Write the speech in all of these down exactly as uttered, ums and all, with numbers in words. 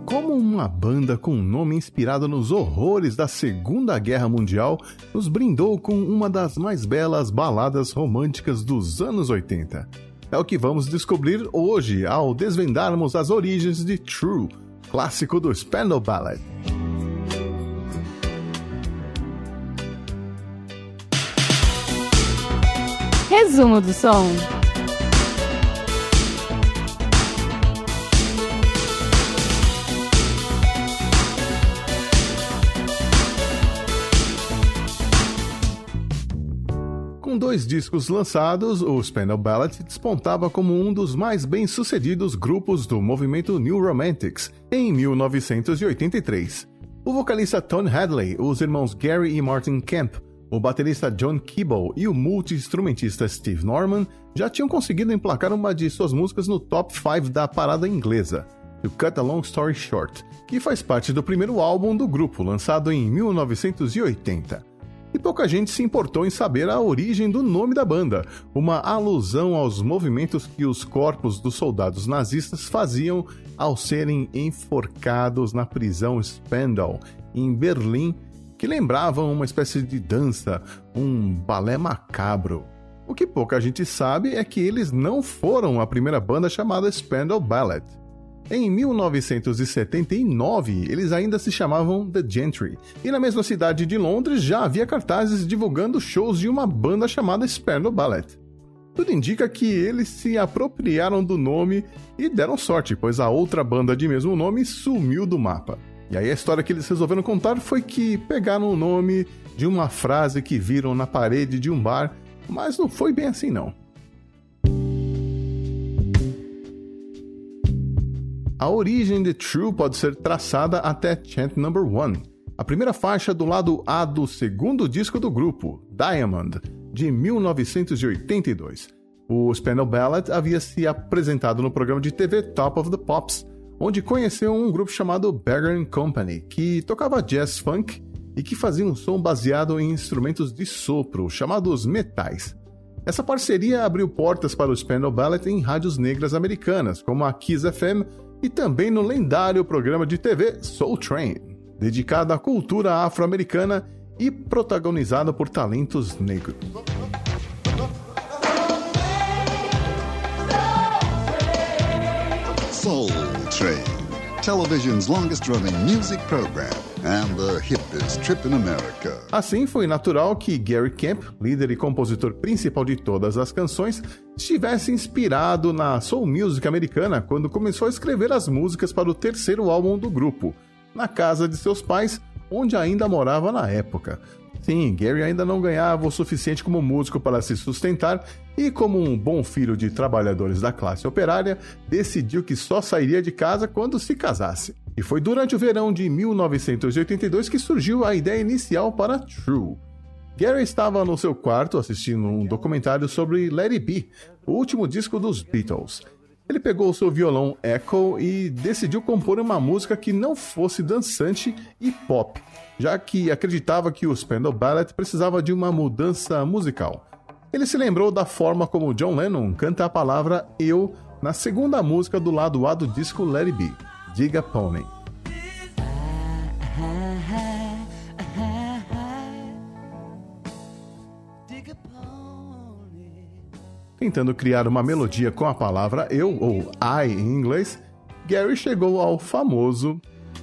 Como uma banda com um nome inspirado nos horrores da Segunda Guerra Mundial nos brindou com uma das mais belas baladas românticas dos anos oitenta. É o que vamos descobrir hoje ao desvendarmos as origens de True, clássico do Spandau Ballet. Resumo do som. Com dois discos lançados, o Spandau Ballet despontava como um dos mais bem-sucedidos grupos do movimento New Romantics em mil novecentos e oitenta e três. O vocalista Tony Hadley, os irmãos Gary e Martin Kemp, o baterista John Keeble e o multi-instrumentista Steve Norman já tinham conseguido emplacar uma de suas músicas no top cinco da parada inglesa, To Cut a Long Story Short, que faz parte do primeiro álbum do grupo, lançado em mil novecentos e oitenta. E pouca gente se importou em saber a origem do nome da banda, uma alusão aos movimentos que os corpos dos soldados nazistas faziam ao serem enforcados na prisão Spandau, em Berlim, que lembravam uma espécie de dança, um balé macabro. O que pouca gente sabe é que eles não foram a primeira banda chamada Spandau Ballet. Em mil novecentos e setenta e nove, eles ainda se chamavam The Gentry, e na mesma cidade de Londres já havia cartazes divulgando shows de uma banda chamada Spandau Ballet. Tudo indica que eles se apropriaram do nome e deram sorte, pois a outra banda de mesmo nome sumiu do mapa. E aí a história que eles resolveram contar foi que pegaram o nome de uma frase que viram na parede de um bar, mas não foi bem assim não. A origem de True pode ser traçada até Chant Number One, a primeira faixa do lado A do segundo disco do grupo, Diamond, de mil novecentos e oitenta e dois. O Spandau Ballet havia se apresentado no programa de T V Top of the Pops, onde conheceu um grupo chamado Beggar and Company, que tocava jazz funk e que fazia um som baseado em instrumentos de sopro, chamados metais. Essa parceria abriu portas para o Spandau Ballet em rádios negras americanas, como a Kiss F M, e também no lendário programa de T V Soul Train, dedicado à cultura afro-americana e protagonizado por talentos negros. Soul Train, television's longest-running music program and the hippest trip in America. Assim, foi natural que Gary Kemp, líder e compositor principal de todas as canções, estivesse inspirado na soul music americana quando começou a escrever as músicas para o terceiro álbum do grupo, na casa de seus pais, onde ainda morava na época. Sim, Gary ainda não ganhava o suficiente como músico para se sustentar e, como um bom filho de trabalhadores da classe operária, decidiu que só sairia de casa quando se casasse. E foi durante o verão de mil novecentos e oitenta e dois que surgiu a ideia inicial para True. Gary estava no seu quarto assistindo um documentário sobre Let It Be, o último disco dos Beatles. Ele pegou o seu violão Echo e decidiu compor uma música que não fosse dançante e pop, já que acreditava que o Spandau Ballet precisava de uma mudança musical. Ele se lembrou da forma como John Lennon canta a palavra eu na segunda música do lado A do disco Let It Be, Dig a Pony. Tentando criar uma melodia com a palavra eu, ou I em inglês, Gary chegou ao famoso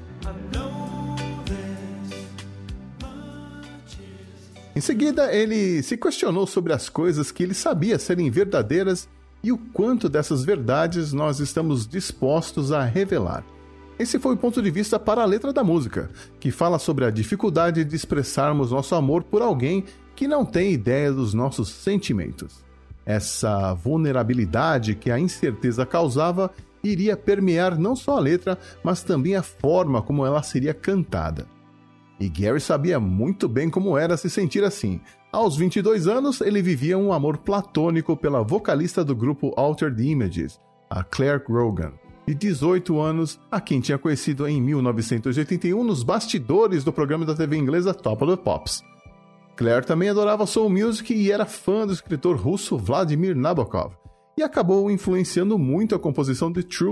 Em seguida, ele se questionou sobre as coisas que ele sabia serem verdadeiras e o quanto dessas verdades nós estamos dispostos a revelar. Esse foi o ponto de vista para a letra da música, que fala sobre a dificuldade de expressarmos nosso amor por alguém que não tem ideia dos nossos sentimentos. Essa vulnerabilidade que a incerteza causava iria permear não só a letra, mas também a forma como ela seria cantada. E Gary sabia muito bem como era se sentir assim. Aos vinte e dois anos, ele vivia um amor platônico pela vocalista do grupo Altered Images, a Claire Grogan, de dezoito anos, a quem tinha conhecido em mil novecentos e oitenta e um nos bastidores do programa da T V inglesa Top of the Pops. Claire também adorava soul music e era fã do escritor russo Vladimir Nabokov, e acabou influenciando muito a composição de True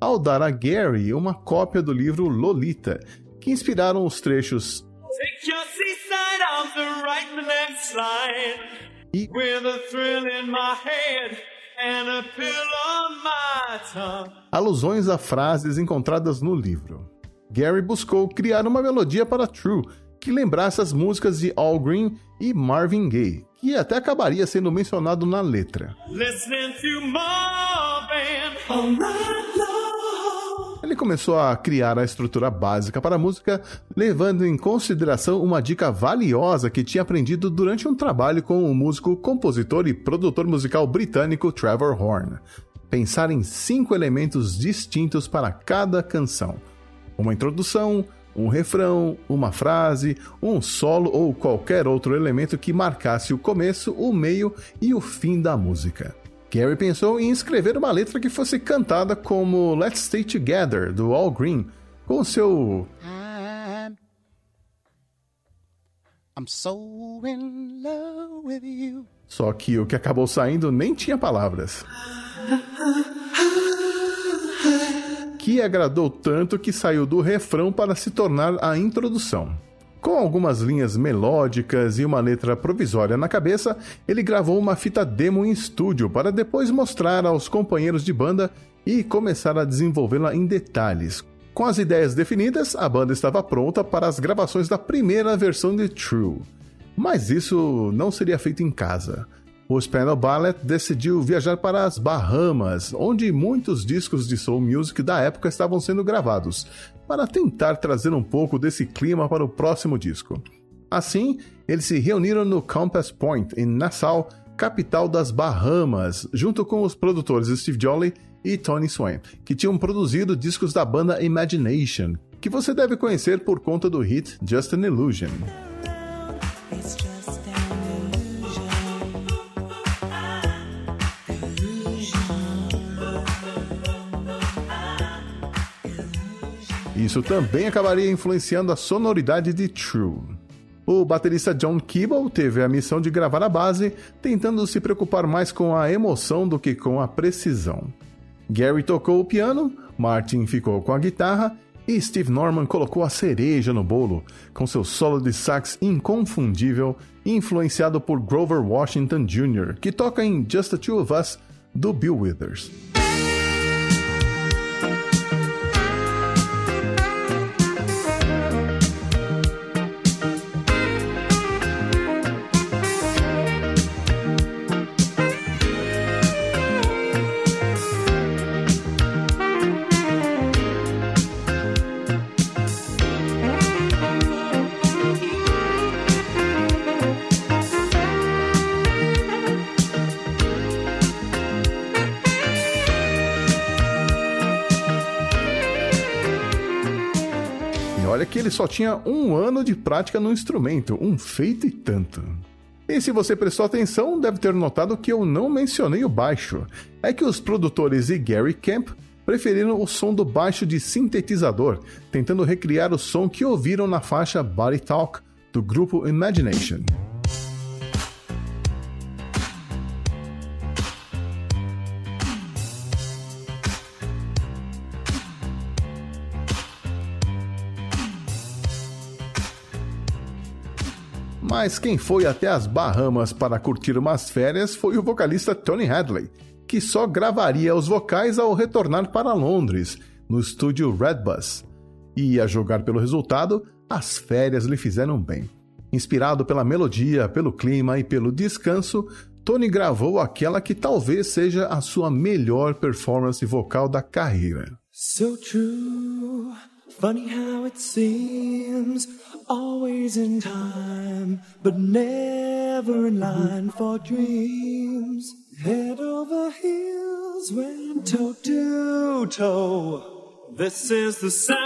ao dar a Gary uma cópia do livro Lolita, que inspiraram os trechos Take your seaside out to write the next line. e With a thrill in my head and a pill on my tongue. alusões a frases encontradas no livro. Gary buscou criar uma melodia para True, que lembrasse as músicas de Al Green e Marvin Gaye, que até acabaria sendo mencionado na letra. Listening to Marvin. All right, Lord. Ele começou a criar a estrutura básica para a música, levando em consideração uma dica valiosa que tinha aprendido durante um trabalho com o músico, compositor e produtor musical britânico Trevor Horn. Pensar em cinco elementos distintos para cada canção. Uma introdução, um refrão, uma frase, um solo ou qualquer outro elemento que marcasse o começo, o meio e o fim da música. Gary pensou em escrever uma letra que fosse cantada como Let's Stay Together, do Al Green, com seu I'm, I'm so in love with you. Só que o que acabou saindo nem tinha palavras. Que agradou tanto que saiu do refrão para se tornar a introdução. Com algumas linhas melódicas e uma letra provisória na cabeça, ele gravou uma fita demo em estúdio para depois mostrar aos companheiros de banda e começar a desenvolvê-la em detalhes. Com as ideias definidas, a banda estava pronta para as gravações da primeira versão de True. Mas isso não seria feito em casa. O Spandau Ballet decidiu viajar para as Bahamas, onde muitos discos de soul music da época estavam sendo gravados, para tentar trazer um pouco desse clima para o próximo disco. Assim, eles se reuniram no Compass Point, em Nassau, capital das Bahamas, junto com os produtores Steve Jolley e Tony Swan, que tinham produzido discos da banda Imagination, que você deve conhecer por conta do hit Just an Illusion. Isso também acabaria influenciando a sonoridade de True. O baterista John Keeble teve a missão de gravar a base, tentando se preocupar mais com a emoção do que com a precisão. Gary tocou o piano, Martin ficou com a guitarra e Steve Norman colocou a cereja no bolo, com seu solo de sax inconfundível, influenciado por Grover Washington Júnior, que toca em Just the Two of Us, do Bill Withers. Olha que ele só tinha um ano de prática no instrumento, um feito e tanto. E se você prestou atenção, deve ter notado que eu não mencionei o baixo. É que os produtores e Gary Kemp preferiram o som do baixo de sintetizador, tentando recriar o som que ouviram na faixa Body Talk, do grupo Imagination. Mas quem foi até as Bahamas para curtir umas férias foi o vocalista Tony Hadley, que só gravaria os vocais ao retornar para Londres, no estúdio Redbus. E, a julgar pelo resultado, as férias lhe fizeram bem. Inspirado pela melodia, pelo clima e pelo descanso, Tony gravou aquela que talvez seja a sua melhor performance vocal da carreira. So true, funny how it seems, always in time, but never in line for dreams. Head over heels, went toe to toe. This is the sound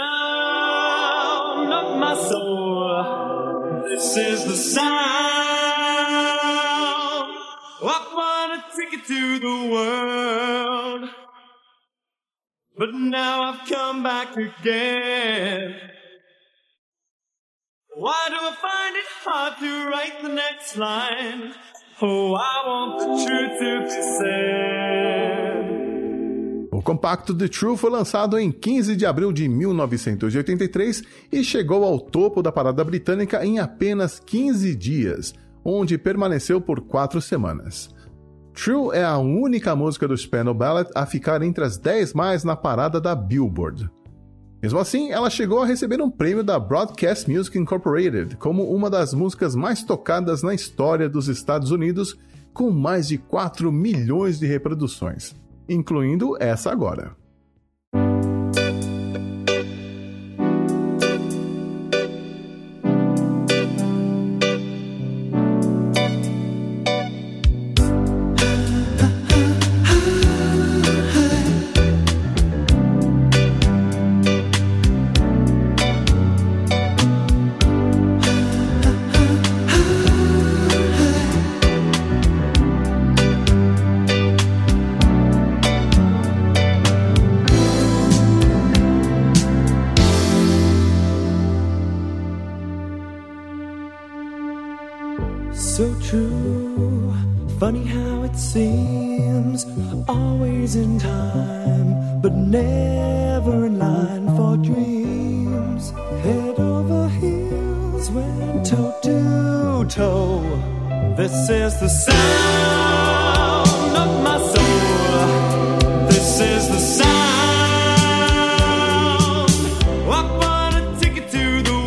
of my soul. This is the sound. I want a ticket to the world. But now I've come back again. Why do I find it hard to write the next line? Oh, I want the truth to be said. O compacto The True foi lançado em quinze de abril de mil novecentos e oitenta e três e chegou ao topo da parada britânica em apenas quinze dias, onde permaneceu por quatro semanas. True é a única música do Spandau Ballet a ficar entre as dez mais na parada da Billboard. Mesmo assim, ela chegou a receber um prêmio da Broadcast Music Incorporated como uma das músicas mais tocadas na história dos Estados Unidos, com mais de quatro milhões de reproduções, incluindo essa agora. So true, funny how it seems, always in time, but never in line for dreams. Head over heels, went toe to toe. This is the sound of my soul. This is the sound. I bought a ticket to the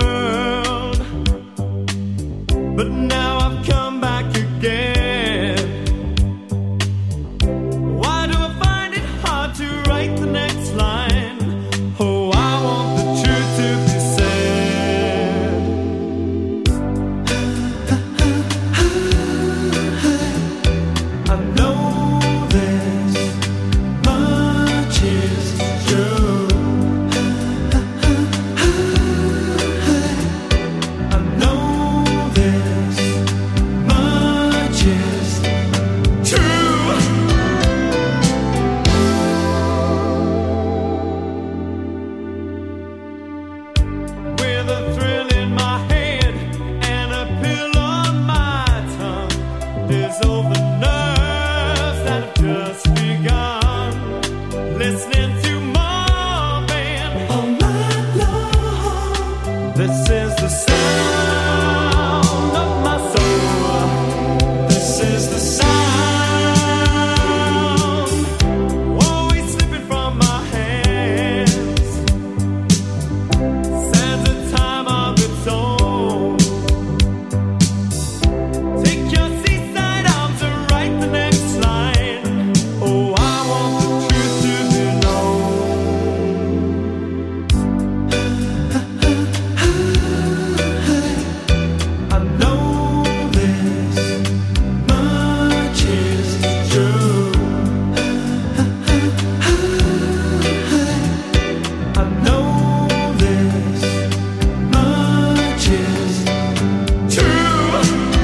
world, but now I've come back again. Why do I find it hard to write the next line? Oh, I want the truth to be said. I know this much is true. I know this much is true. With a thrill in my head and a pill on my tongue, there's all the nerves that have just begun. Listening to Marvin all night long. This is the sound of my soul. This is the sound, always slipping from my hands. Stands a time of its own. Take your seaside arms and write the next line. Oh, I want the truth to be known. I know this much is true. I know this much is true.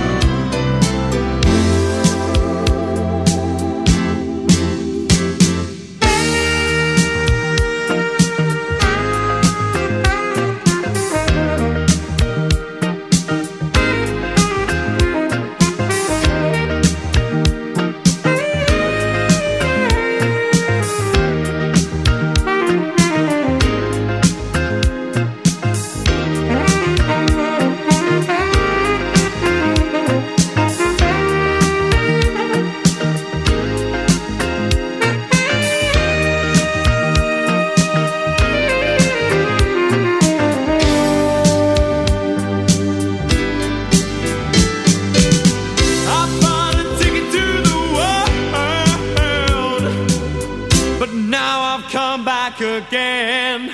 I bought a ticket to the world, but now I've come back again.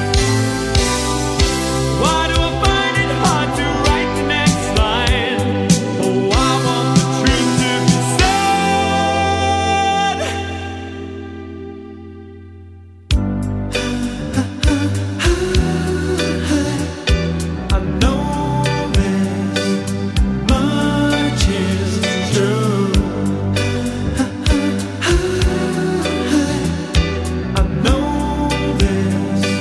Why do I find it hard to write the next line? Oh, I want the truth to be said. I know this much is true. I know this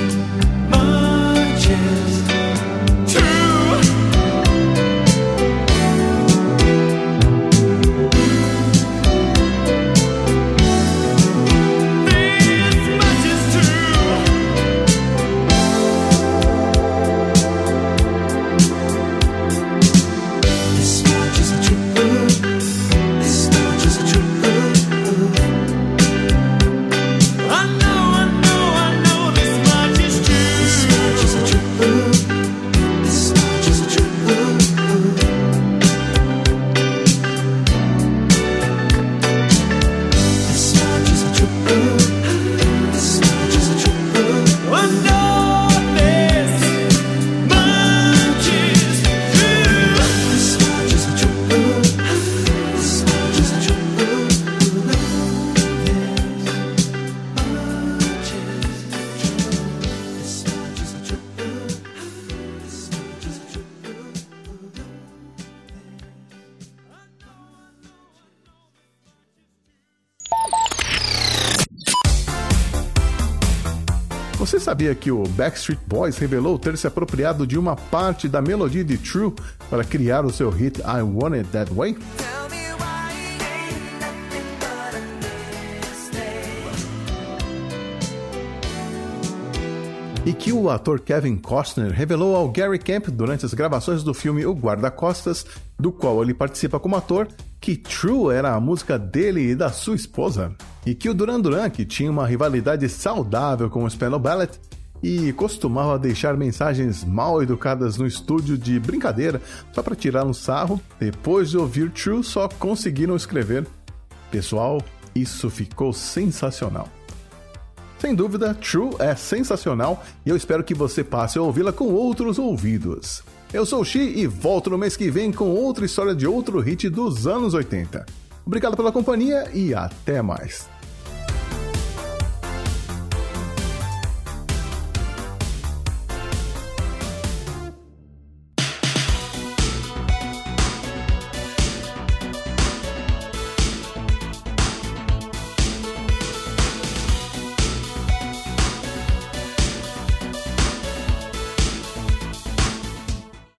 Você sabia que o Backstreet Boys revelou ter se apropriado de uma parte da melodia de True para criar o seu hit I Want It That Way? E que o ator Kevin Costner revelou ao Gary Camp durante as gravações do filme O Guarda-Costas, do qual ele participa como ator, que True era a música dele e da sua esposa. E que o Duran Duran, que tinha uma rivalidade saudável com o Spandau Ballet e costumava deixar mensagens mal educadas no estúdio de brincadeira só para tirar um sarro, depois de ouvir True só conseguiram escrever: pessoal, isso ficou sensacional. Sem dúvida, True é sensacional e eu espero que você passe a ouvi-la com outros ouvidos. Eu sou o Xi e volto no mês que vem com outra história de outro hit dos anos oitenta. Obrigado pela companhia e até mais.